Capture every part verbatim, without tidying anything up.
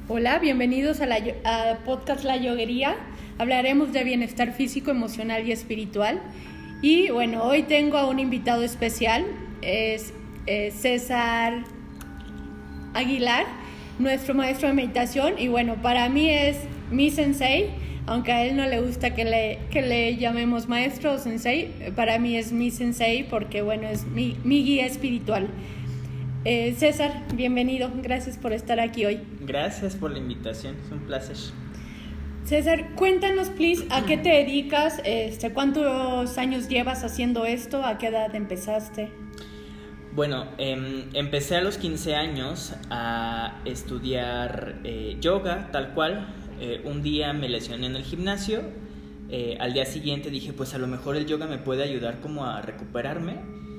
Hola, bienvenidos a la a podcast La Yoguería. Hablaremos de bienestar físico, emocional y espiritual. Y bueno, hoy tengo a un invitado especial, es, es César Aguilar, nuestro maestro de meditación. Y bueno, para mí es mi sensei, aunque a él no le gusta que le, que le llamemos maestro o sensei, para mí es mi sensei porque bueno, es mi, mi guía espiritual. Eh, César, bienvenido, gracias por estar aquí hoy. Gracias por la invitación, es un placer. César, cuéntanos, please, ¿a qué te dedicas? Este, ¿Cuántos años llevas haciendo esto? ¿A qué edad empezaste? Bueno, eh, empecé a los quince años a estudiar eh, yoga, tal cual. Eh, un día me lesioné en el gimnasio. Eh, al día siguiente dije, pues a lo mejor el yoga me puede ayudar como a recuperarme.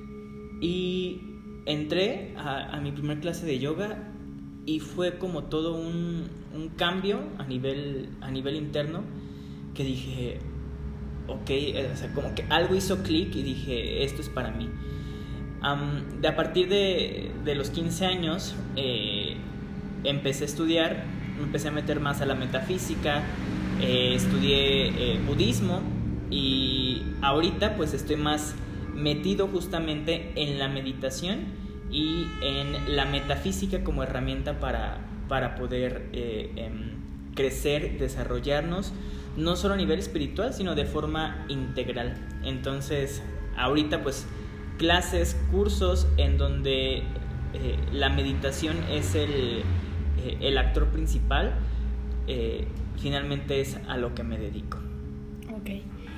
Y entré a, a mi primer clase de yoga y fue como todo un, un cambio a nivel, a nivel interno que dije, ok, o sea, como que algo hizo clic y dije, esto es para mí. Um, de a partir de, de los quince años eh, empecé a estudiar, me empecé a meter más a la metafísica, eh, estudié eh, budismo y ahorita pues estoy más metido justamente en la meditación y en la metafísica como herramienta para, para poder eh, eh, crecer, desarrollarnos, no solo a nivel espiritual, sino de forma integral. Entonces, ahorita pues clases, cursos en donde eh, la meditación es el, eh, el actor principal, eh, finalmente es a lo que me dedico. Ok.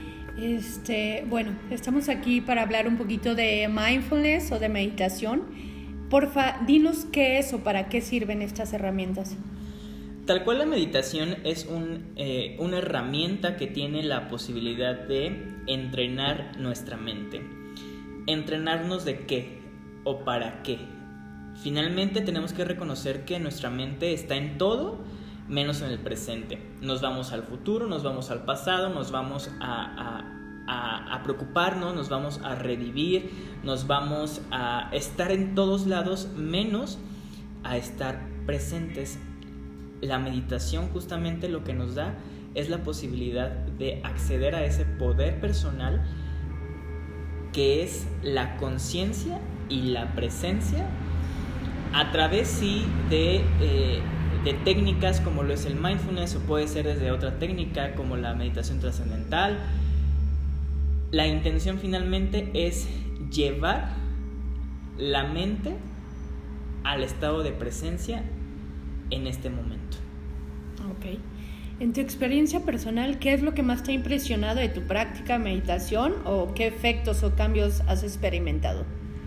Este, bueno, estamos aquí para hablar un poquito de mindfulness o de meditación. Porfa, dinos qué es o para qué sirven estas herramientas. Tal cual la meditación es un, eh, una herramienta que tiene la posibilidad de entrenar nuestra mente. ¿Entrenarnos de qué o para qué? Finalmente tenemos que reconocer que nuestra mente está en todo menos en el presente. Nos vamos al futuro, nos vamos al pasado, nos vamos a, a, a, a preocuparnos, nos vamos a revivir, nos vamos a estar en todos lados menos a estar presentes. La meditación justamente lo que nos da es la posibilidad de acceder a ese poder personal que es la conciencia y la presencia a través sí de... Eh, de técnicas como lo es el mindfulness o puede ser desde otra técnica como la meditación trascendental. La intención finalmente es llevar la mente al estado de presencia en este momento. Ok. En tu experiencia personal, ¿qué es lo que más te ha impresionado de tu práctica de meditación o qué efectos o cambios has experimentado?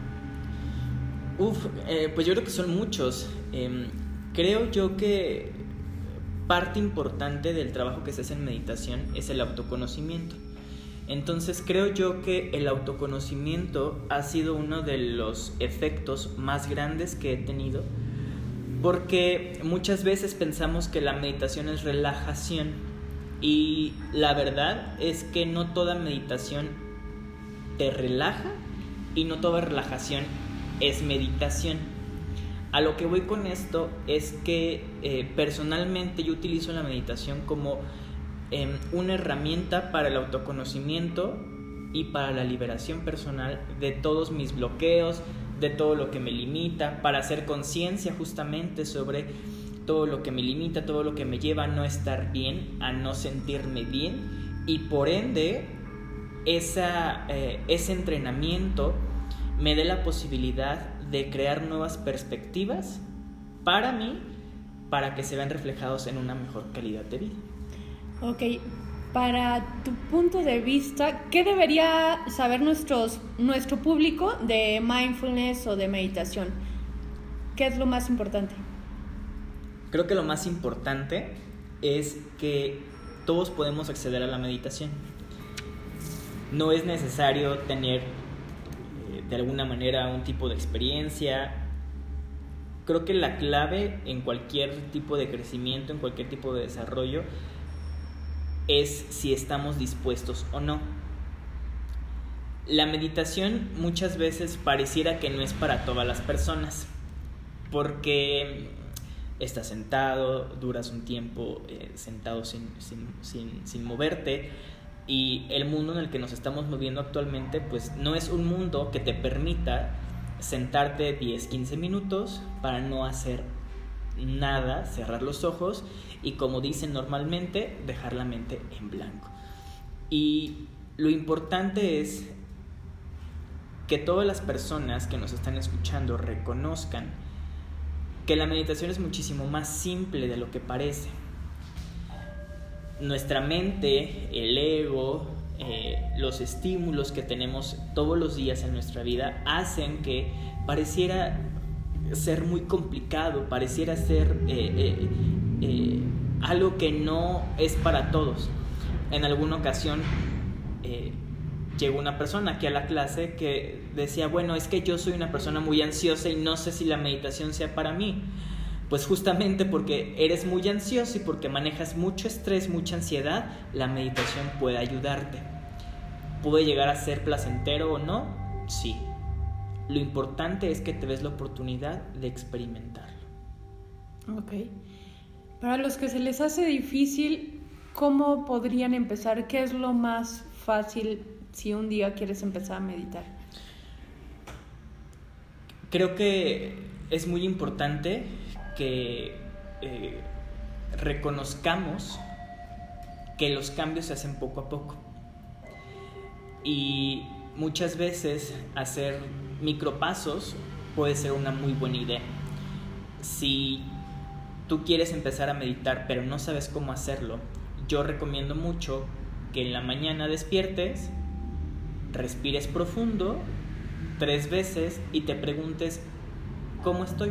Uf, eh, pues yo creo que son muchos. Eh, Creo yo que parte importante del trabajo que se hace en meditación es el autoconocimiento. Entonces creo yo que el autoconocimiento ha sido uno de los efectos más grandes que he tenido, porque muchas veces pensamos que la meditación es relajación y la verdad es que no toda meditación te relaja y no toda relajación es meditación. A lo que voy con esto es que eh, personalmente yo utilizo la meditación como eh, una herramienta para el autoconocimiento y para la liberación personal de todos mis bloqueos, de todo lo que me limita, para hacer conciencia justamente sobre todo lo que me limita, todo lo que me lleva a no estar bien, a no sentirme bien y por ende esa, eh, ese entrenamiento me dé la posibilidad de crear nuevas perspectivas para mí, para que se vean reflejados en una mejor calidad de vida. Ok, para tu punto de vista, ¿qué debería saber nuestros, nuestro público de mindfulness o de meditación? ¿Qué es lo más importante? Creo que lo más importante es que todos podemos acceder a la meditación. No es necesario tener de alguna manera un tipo de experiencia. Creo que la clave en cualquier tipo de crecimiento, en cualquier tipo de desarrollo, es si estamos dispuestos o no. La meditación muchas veces pareciera que no es para todas las personas, porque estás sentado, duras un tiempo eh, sentado sin, sin, sin, sin moverte, y el mundo en el que nos estamos moviendo actualmente pues no es un mundo que te permita sentarte diez, quince minutos para no hacer nada, cerrar los ojos y, como dicen normalmente, dejar la mente en blanco. Y lo importante es que todas las personas que nos están escuchando reconozcan que la meditación es muchísimo más simple de lo que parece. Nuestra mente, el ego, eh, los estímulos que tenemos todos los días en nuestra vida hacen que pareciera ser muy complicado, pareciera ser eh, eh, eh, algo que no es para todos. En alguna ocasión eh, llegó una persona aquí a la clase que decía, bueno, es que yo soy una persona muy ansiosa y no sé si la meditación sea para mí. Pues justamente porque eres muy ansioso y porque manejas mucho estrés, mucha ansiedad, la meditación puede ayudarte. ¿Puede llegar a ser placentero o no? Sí. Lo importante es que te des la oportunidad de experimentarlo. Ok. Para los que se les hace difícil, ¿cómo podrían empezar? ¿Qué es lo más fácil si un día quieres empezar a meditar? Creo que es muy importante que eh, reconozcamos que los cambios se hacen poco a poco. Y muchas veces hacer micropasos puede ser una muy buena idea. Si tú quieres empezar a meditar pero no sabes cómo hacerlo, yo recomiendo mucho que en la mañana despiertes, respires profundo tres veces y te preguntes ¿cómo estoy?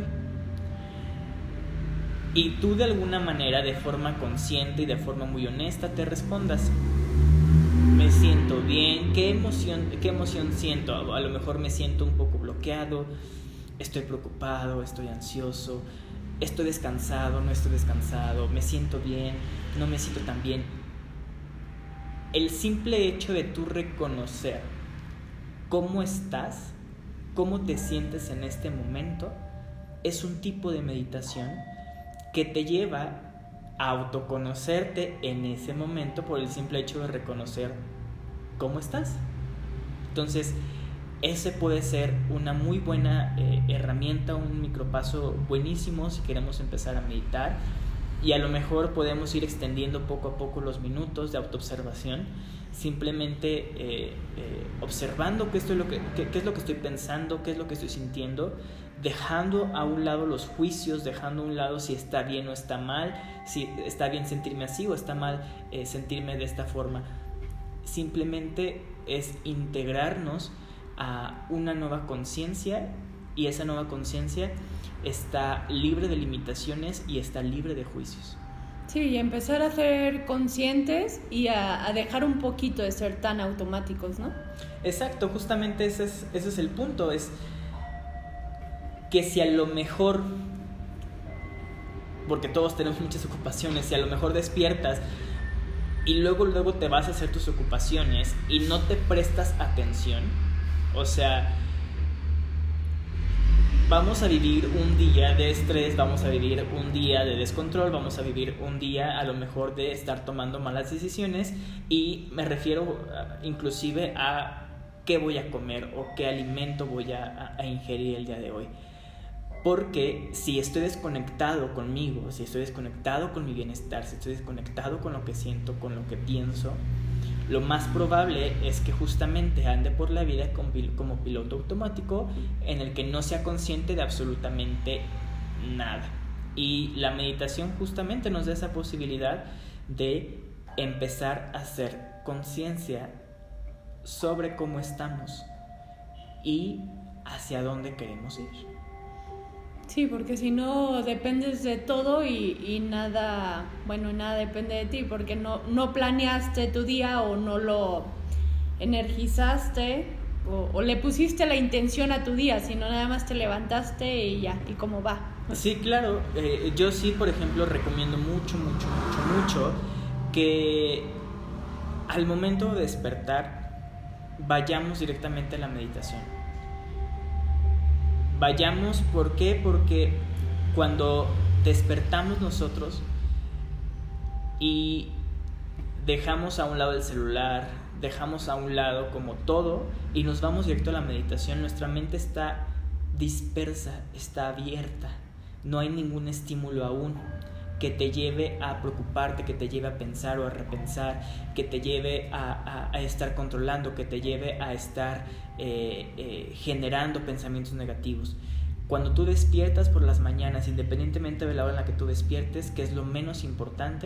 Y tú de alguna manera, de forma consciente y de forma muy honesta, te respondas: me siento bien, ¿qué emoción, qué emoción siento? A lo mejor me siento un poco bloqueado, estoy preocupado, estoy ansioso, estoy descansado, no estoy descansado, me siento bien, no me siento tan bien. El simple hecho de tú reconocer cómo estás, cómo te sientes en este momento, es un tipo de meditación que te lleva a autoconocerte en ese momento por el simple hecho de reconocer cómo estás. Entonces, ese puede ser una muy buena eh, herramienta, un micropaso buenísimo si queremos empezar a meditar. Y a lo mejor podemos ir extendiendo poco a poco los minutos de autoobservación, simplemente eh, eh, observando qué, estoy lo que, qué, qué es lo que estoy pensando, qué es lo que estoy sintiendo, dejando a un lado los juicios, dejando a un lado si está bien o está mal, si está bien sentirme así o está mal eh, sentirme de esta forma. Simplemente es integrarnos a una nueva conciencia, y esa nueva conciencia está libre de limitaciones y está libre de juicios. Sí, y empezar a ser conscientes y a, a dejar un poquito de ser tan automáticos, ¿no? Exacto, justamente ese es, ese es el punto, es que si a lo mejor, porque todos tenemos muchas ocupaciones, si a lo mejor despiertas y luego luego te vas a hacer tus ocupaciones y no te prestas atención, o sea, vamos a vivir un día de estrés, vamos a vivir un día de descontrol, vamos a vivir un día a lo mejor de estar tomando malas decisiones, y me refiero a, inclusive a qué voy a comer o qué alimento voy a, a ingerir el día de hoy. Porque si estoy desconectado conmigo, si estoy desconectado con mi bienestar, si estoy desconectado con lo que siento, con lo que pienso, lo más probable es que justamente ande por la vida como piloto automático en el que no sea consciente de absolutamente nada. Y la meditación justamente nos da esa posibilidad de empezar a hacer conciencia sobre cómo estamos y hacia dónde queremos ir. Sí, porque si no dependes de todo y, y nada, bueno, nada depende de ti, porque no, no planeaste tu día o no lo energizaste o, o le pusiste la intención a tu día, sino nada más te levantaste y ya, y cómo va. Sí, claro, eh, yo sí, por ejemplo, recomiendo mucho, mucho, mucho, mucho que al momento de despertar vayamos directamente a la meditación. Vayamos, ¿por qué? Porque cuando despertamos nosotros y dejamos a un lado el celular, dejamos a un lado como todo y nos vamos directo a la meditación. Nuestra mente está dispersa, está abierta, no hay ningún estímulo aún que te lleve a preocuparte, que te lleve a pensar o a repensar, que te lleve a, a, a estar controlando, que te lleve a estar eh, eh, generando pensamientos negativos. Cuando tú despiertas por las mañanas, independientemente de la hora en la que tú despiertes, que es lo menos importante,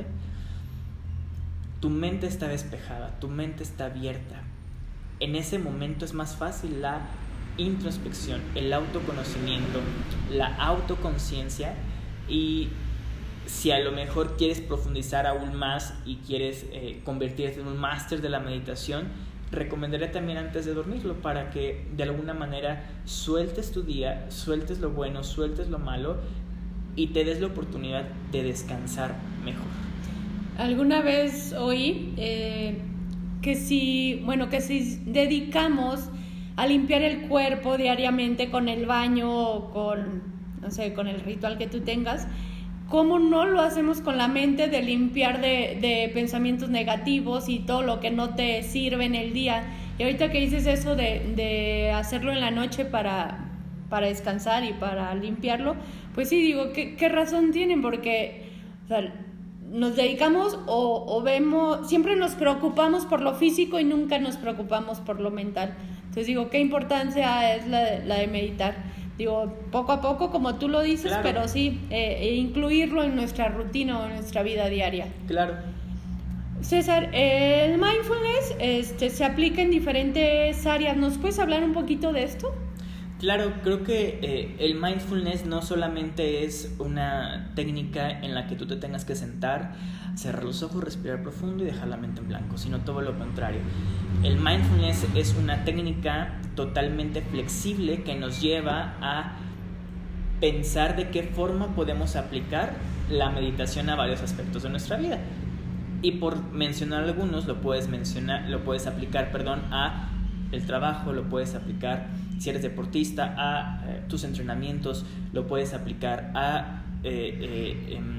tu mente está despejada, tu mente está abierta. En ese momento es más fácil la introspección, el autoconocimiento, la autoconciencia. Y si a lo mejor quieres profundizar aún más y quieres eh, convertirte en un máster de la meditación, recomendaría también antes de dormirlo, para que de alguna manera sueltes tu día, sueltes lo bueno, sueltes lo malo y te des la oportunidad de descansar mejor. Alguna vez oí eh, que si, bueno, que si dedicamos a limpiar el cuerpo diariamente con el baño o con, no sé, con el ritual que tú tengas, ¿cómo no lo hacemos con la mente de limpiar de, de pensamientos negativos y todo lo que no te sirve en el día? Y ahorita que dices eso de, de hacerlo en la noche para, para descansar y para limpiarlo, pues sí, digo, ¿qué, qué razón tienen? Porque, o sea, nos dedicamos o, o vemos, siempre nos preocupamos por lo físico y nunca nos preocupamos por lo mental. Entonces digo, ¿qué importancia es la, la de meditar? Digo, poco a poco, como tú lo dices, claro, pero sí, eh, incluirlo en nuestra rutina o en nuestra vida diaria. Claro. César, el mindfulness este, se aplica en diferentes áreas. ¿Nos puedes hablar un poquito de esto? Claro, creo que eh, el mindfulness no solamente es una técnica en la que tú te tengas que sentar, cerrar los ojos, respirar profundo y dejar la mente en blanco, sino todo lo contrario. El mindfulness es una técnica totalmente flexible que nos lleva a pensar de qué forma podemos aplicar la meditación a varios aspectos de nuestra vida. Y por mencionar algunos, lo puedes mencionar, lo puedes aplicar, perdón, a el trabajo, lo puedes aplicar si eres deportista, a eh, tus entrenamientos, lo puedes aplicar a eh, eh, eh,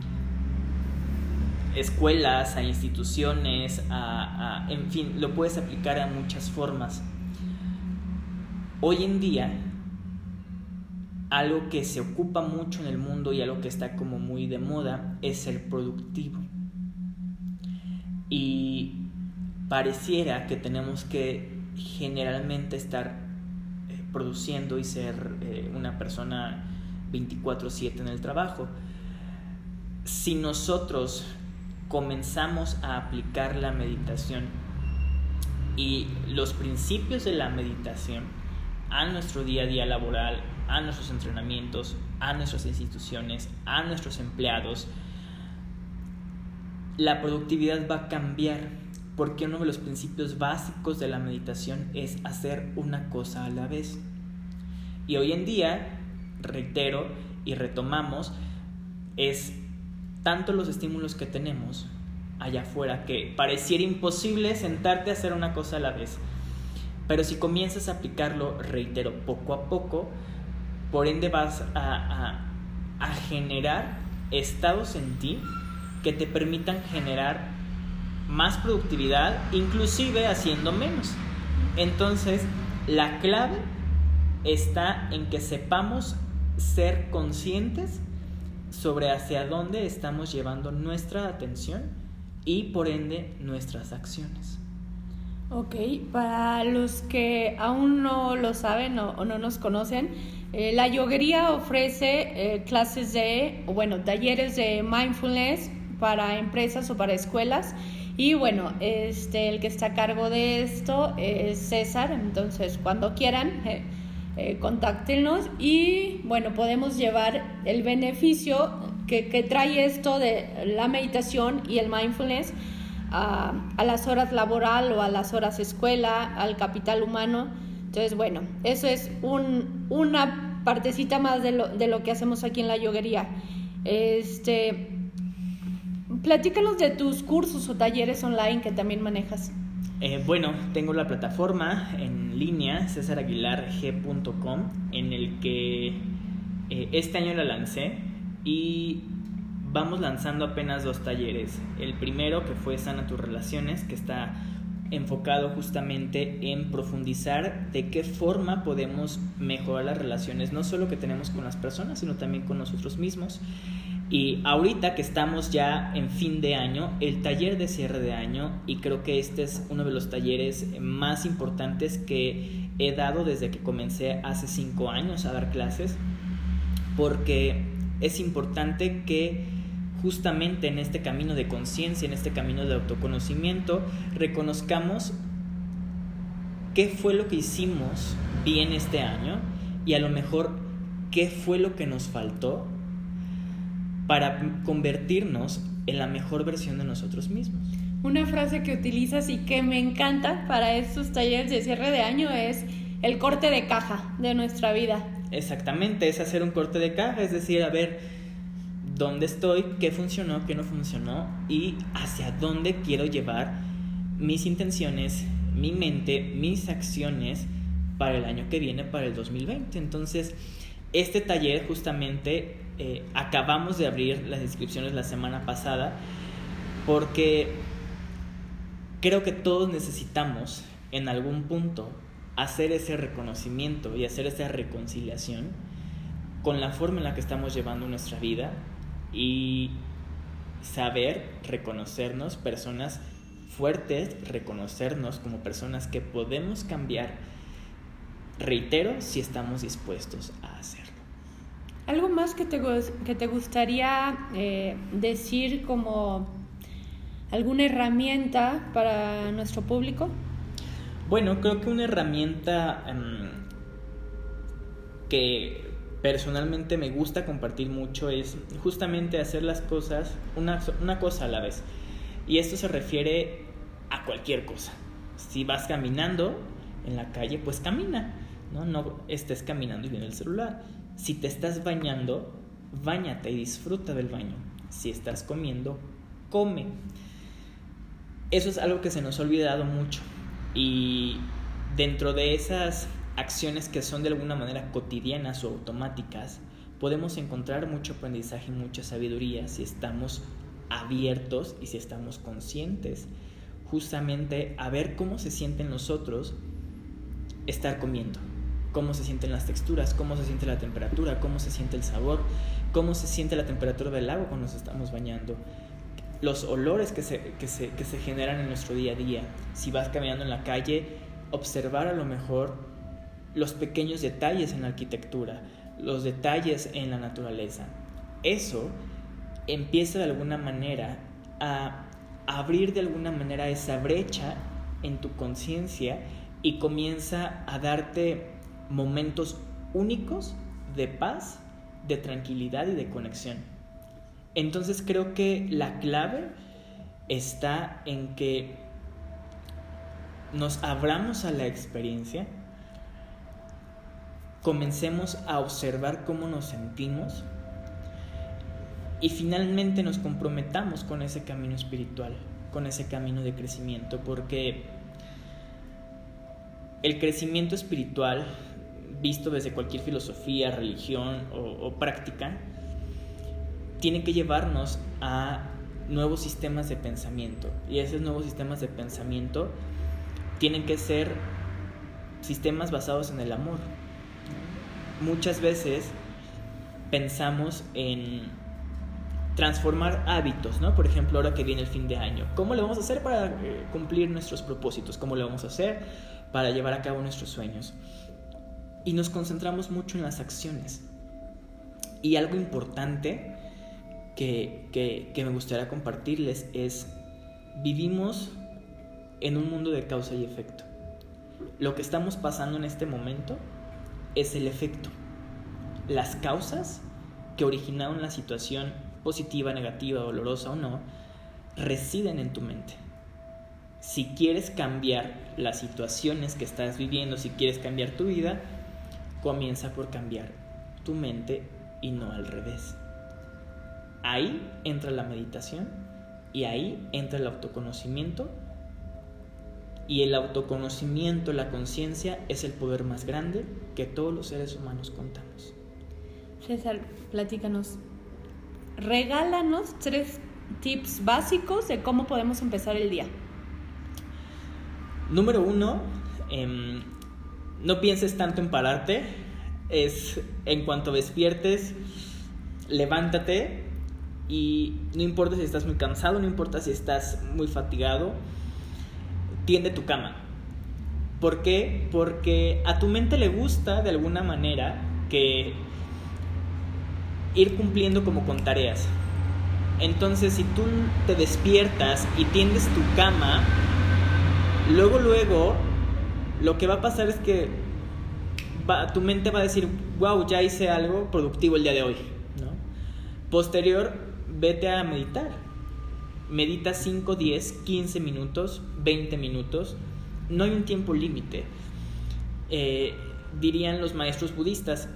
escuelas, a instituciones, a, a, en fin, lo puedes aplicar a muchas formas. Hoy en día, algo que se ocupa mucho en el mundo y algo que está como muy de moda es ser productivo. Y pareciera que tenemos que generalmente estar produciendo y ser eh, una persona veinticuatro siete en el trabajo. Si nosotros comenzamos a aplicar la meditación y los principios de la meditación a nuestro día a día laboral, a nuestros entrenamientos, a nuestras instituciones, a nuestros empleados, la productividad va a cambiar. Porque uno de los principios básicos de la meditación es hacer una cosa a la vez. Y hoy en día, reitero y retomamos, es tanto los estímulos que tenemos allá afuera que pareciera imposible sentarte a hacer una cosa a la vez. Pero si comienzas a aplicarlo, reitero, poco a poco, por ende vas a, a, a generar estados en ti que te permitan generar más productividad, inclusive haciendo menos. Entonces, la clave está en que sepamos ser conscientes sobre hacia dónde estamos llevando nuestra atención y por ende nuestras acciones. Ok, para los que aún no lo saben o, o no nos conocen, eh, la yoguería ofrece eh, clases de, o bueno, talleres de mindfulness para empresas o para escuelas. Y bueno, este, el que está a cargo de esto es César, entonces cuando quieran eh, eh, contáctenos y bueno, podemos llevar el beneficio que, que trae esto de la meditación y el mindfulness a, a las horas laboral o a las horas escuela, al capital humano. Entonces bueno, eso es un, una partecita más de lo, de lo que hacemos aquí en la yoguería. Este... Platícanos de tus cursos o talleres online que también manejas. Eh, bueno, tengo la plataforma en línea cesar aguilar g punto com en el que eh, este año la lancé y vamos lanzando apenas dos talleres. El primero, que fue Sana tus relaciones, que está enfocado justamente en profundizar de qué forma podemos mejorar las relaciones, no solo que tenemos con las personas, sino también con nosotros mismos. Y ahorita que estamos ya en fin de año, el taller de cierre de año, y creo que este es uno de los talleres más importantes que he dado desde que comencé hace cinco años a dar clases, porque es importante que justamente en este camino de conciencia, en este camino de autoconocimiento, reconozcamos qué fue lo que hicimos bien este año y a lo mejor qué fue lo que nos faltó para convertirnos en la mejor versión de nosotros mismos. Una frase que utilizas y que me encanta para estos talleres de cierre de año es el corte de caja de nuestra vida. Exactamente, es hacer un corte de caja, es decir, a ver dónde estoy, qué funcionó, qué no funcionó y hacia dónde quiero llevar mis intenciones, mi mente, mis acciones para el año que viene, para el dos mil veinte. Entonces, este taller justamente eh, acabamos de abrir las inscripciones la semana pasada porque creo que todos necesitamos en algún punto hacer ese reconocimiento y hacer esa reconciliación con la forma en la que estamos llevando nuestra vida y saber reconocernos personas fuertes, reconocernos como personas que podemos cambiar, reitero, si estamos dispuestos a hacerlo. ¿Algo más que te, que te gustaría eh, decir como alguna herramienta para nuestro público? Bueno, creo que una herramienta um, que personalmente me gusta compartir mucho es justamente hacer las cosas una, una cosa a la vez, y esto se refiere a cualquier cosa. Si vas caminando en la calle, pues camina, no, no estés caminando y viendo el celular. Si te estás bañando, báñate y disfruta del baño. Si estás comiendo, come. Eso es algo que se nos ha olvidado mucho, y dentro de esas acciones que son de alguna manera cotidianas o automáticas, podemos encontrar mucho aprendizaje y mucha sabiduría si estamos abiertos y si estamos conscientes justamente a ver cómo se siente en nosotros estar comiendo, cómo se sienten las texturas, cómo se siente la temperatura, cómo se siente el sabor, cómo se siente la temperatura del agua cuando nos estamos bañando, los olores que se, que se, que se generan en nuestro día a día. Si vas caminando en la calle, observar a lo mejor los pequeños detalles en la arquitectura, los detalles en la naturaleza. Eso empieza de alguna manera a abrir de alguna manera esa brecha en tu conciencia y comienza a darte momentos únicos de paz, de tranquilidad y de conexión. Entonces creo que la clave está en que nos abramos a la experiencia, comencemos a observar cómo nos sentimos y finalmente nos comprometamos con ese camino espiritual, con ese camino de crecimiento, porque el crecimiento espiritual, visto desde cualquier filosofía, religión o, o práctica, tiene que llevarnos a nuevos sistemas de pensamiento, y esos nuevos sistemas de pensamiento tienen que ser sistemas basados en el amor. Muchas veces pensamos en transformar hábitos, ¿no? Por ejemplo, ahora que viene el fin de año, ¿cómo le vamos a hacer para eh, cumplir nuestros propósitos? ¿Cómo le vamos a hacer para llevar a cabo nuestros sueños? Y nos concentramos mucho en las acciones. Y algo importante que, que, que me gustaría compartirles es: vivimos en un mundo de causa y efecto. Lo que estamos pasando en este momento es el efecto. Las causas que originaron la situación positiva, negativa, dolorosa o no, residen en tu mente. Si quieres cambiar las situaciones que estás viviendo, si quieres cambiar tu vida, comienza por cambiar tu mente y no al revés. Ahí entra la meditación y ahí entra el autoconocimiento. Y el autoconocimiento, la conciencia, es el poder más grande que todos los seres humanos contamos. César, platícanos, regálanos tres tips básicos de cómo podemos empezar el día. Número uno, eh, no pienses tanto en pararte. Es en cuanto despiertes, levántate y no importa si estás muy cansado, no importa si estás muy fatigado, tiende tu cama. ¿Por qué? Porque a tu mente le gusta de alguna manera que ir cumpliendo como con tareas. Entonces, si tú te despiertas y tiendes tu cama, luego, luego, lo que va a pasar es que va, tu mente va a decir, wow, ya hice algo productivo el día de hoy, ¿no? Posterior, vete a meditar. Medita cinco, diez, quince minutos, veinte minutos. No hay un tiempo límite. Eh, dirían los maestros budistas,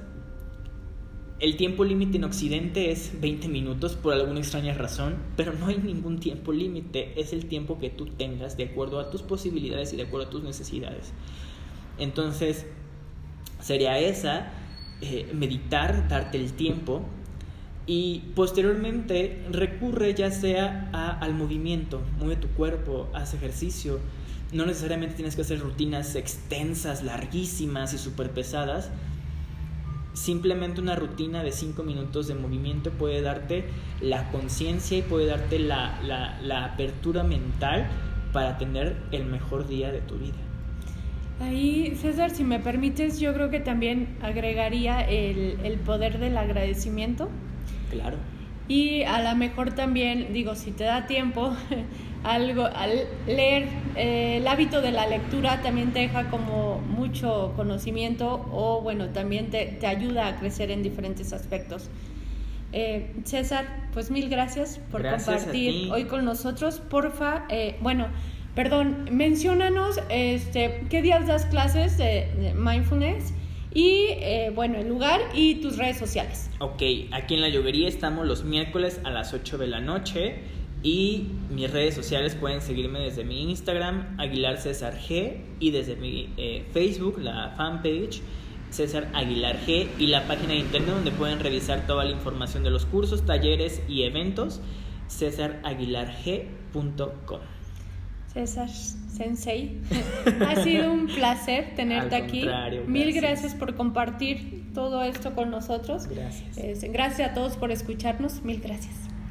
el tiempo límite en Occidente es veinte minutos por alguna extraña razón, pero no hay ningún tiempo límite. Es el tiempo que tú tengas de acuerdo a tus posibilidades y de acuerdo a tus necesidades. Entonces, sería esa, eh, meditar, darte el tiempo y posteriormente recurre ya sea a, al movimiento. Mueve tu cuerpo, haz ejercicio. No necesariamente tienes que hacer rutinas extensas, larguísimas y súper pesadas. Simplemente una rutina de cinco minutos de movimiento puede darte la conciencia y puede darte la, la, la apertura mental para tener el mejor día de tu vida. Ahí, César, si me permites, yo creo que también agregaría el, el poder del agradecimiento. Claro. Y a lo mejor también, digo, si te da tiempo, algo al leer, eh, el hábito de la lectura también te deja como mucho conocimiento o bueno, también te, te ayuda a crecer en diferentes aspectos. Eh, César, pues mil gracias por gracias compartir hoy con nosotros. Porfa, eh, bueno, perdón, menciónanos este, qué días das clases de, de mindfulness y eh, bueno, el lugar y tus redes sociales. Ok, aquí en La Yoguería estamos los miércoles a las ocho de la noche. Y mis redes sociales pueden seguirme desde mi Instagram, Aguilar César G, y desde mi eh, Facebook, la fanpage, César Aguilar G, y la página de internet donde pueden revisar toda la información de los cursos, talleres y eventos, césar aguilar g punto com. César Sensei, ha sido un placer tenerte aquí. Gracias. Mil gracias por compartir todo esto con nosotros. Gracias. Eh, gracias a todos por escucharnos. Mil gracias.